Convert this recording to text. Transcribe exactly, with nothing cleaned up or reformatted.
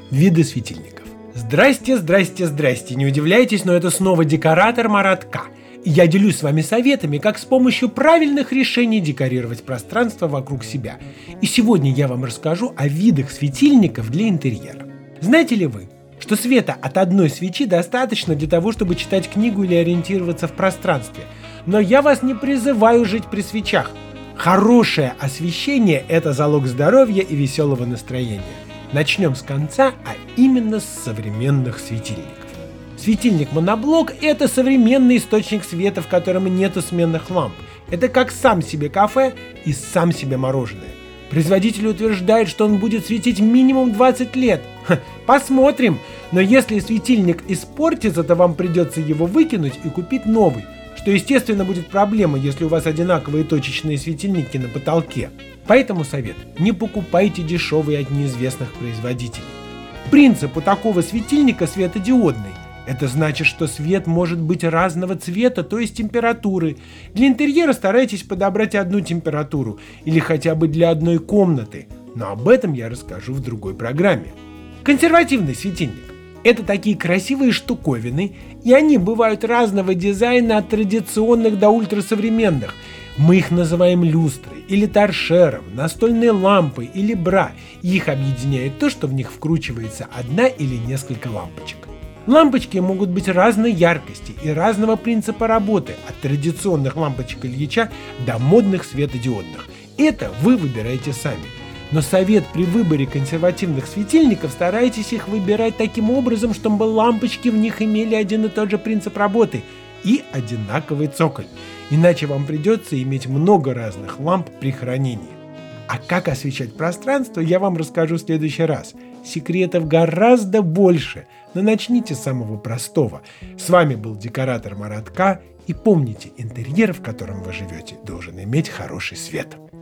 Виды светильников. Здрасте, здрасте, здрасте. Не удивляйтесь, но это снова декоратор Марат К. И я делюсь с вами советами, как с помощью правильных решений декорировать пространство вокруг себя. И сегодня я вам расскажу о видах светильников для интерьера. Знаете ли вы, что света от одной свечи достаточно для того, чтобы читать книгу или ориентироваться в пространстве? Но я вас не призываю жить при свечах. Хорошее освещение – это залог здоровья и веселого настроения. Начнем с конца, а именно с современных светильников. Светильник моноблок – это современный источник света, в котором нету сменных ламп. Это как сам себе кафе и сам себе мороженое. Производитель утверждает, что он будет светить минимум двадцать лет. Ха, посмотрим. Но если светильник испортится, то вам придется его выкинуть и купить новый. Что, естественно, будет проблема, если у вас одинаковые точечные светильники на потолке. Поэтому совет: не покупайте дешевые от неизвестных производителей. Принцип у такого светильника светодиодный. Это значит, что свет может быть разного цвета, то есть температуры. Для интерьера старайтесь подобрать одну температуру или хотя бы для одной комнаты, но об этом я расскажу в другой программе. Консервативный светильник. Это такие красивые штуковины, и они бывают разного дизайна, от традиционных до ультрасовременных. Мы их называем люстрой или торшером, настольной лампой или бра. И их объединяет то, что в них вкручивается одна или несколько лампочек. Лампочки могут быть разной яркости и разного принципа работы, от традиционных лампочек Ильича до модных светодиодных. Это вы выбираете сами. Но совет: при выборе консервативных светильников старайтесь их выбирать таким образом, чтобы лампочки в них имели один и тот же принцип работы и одинаковый цоколь. Иначе вам придется иметь много разных ламп при хранении. А как освещать пространство, я вам расскажу в следующий раз. Секретов гораздо больше, но начните с самого простого. С вами был декоратор Марат К. И помните, интерьер, в котором вы живете, должен иметь хороший свет.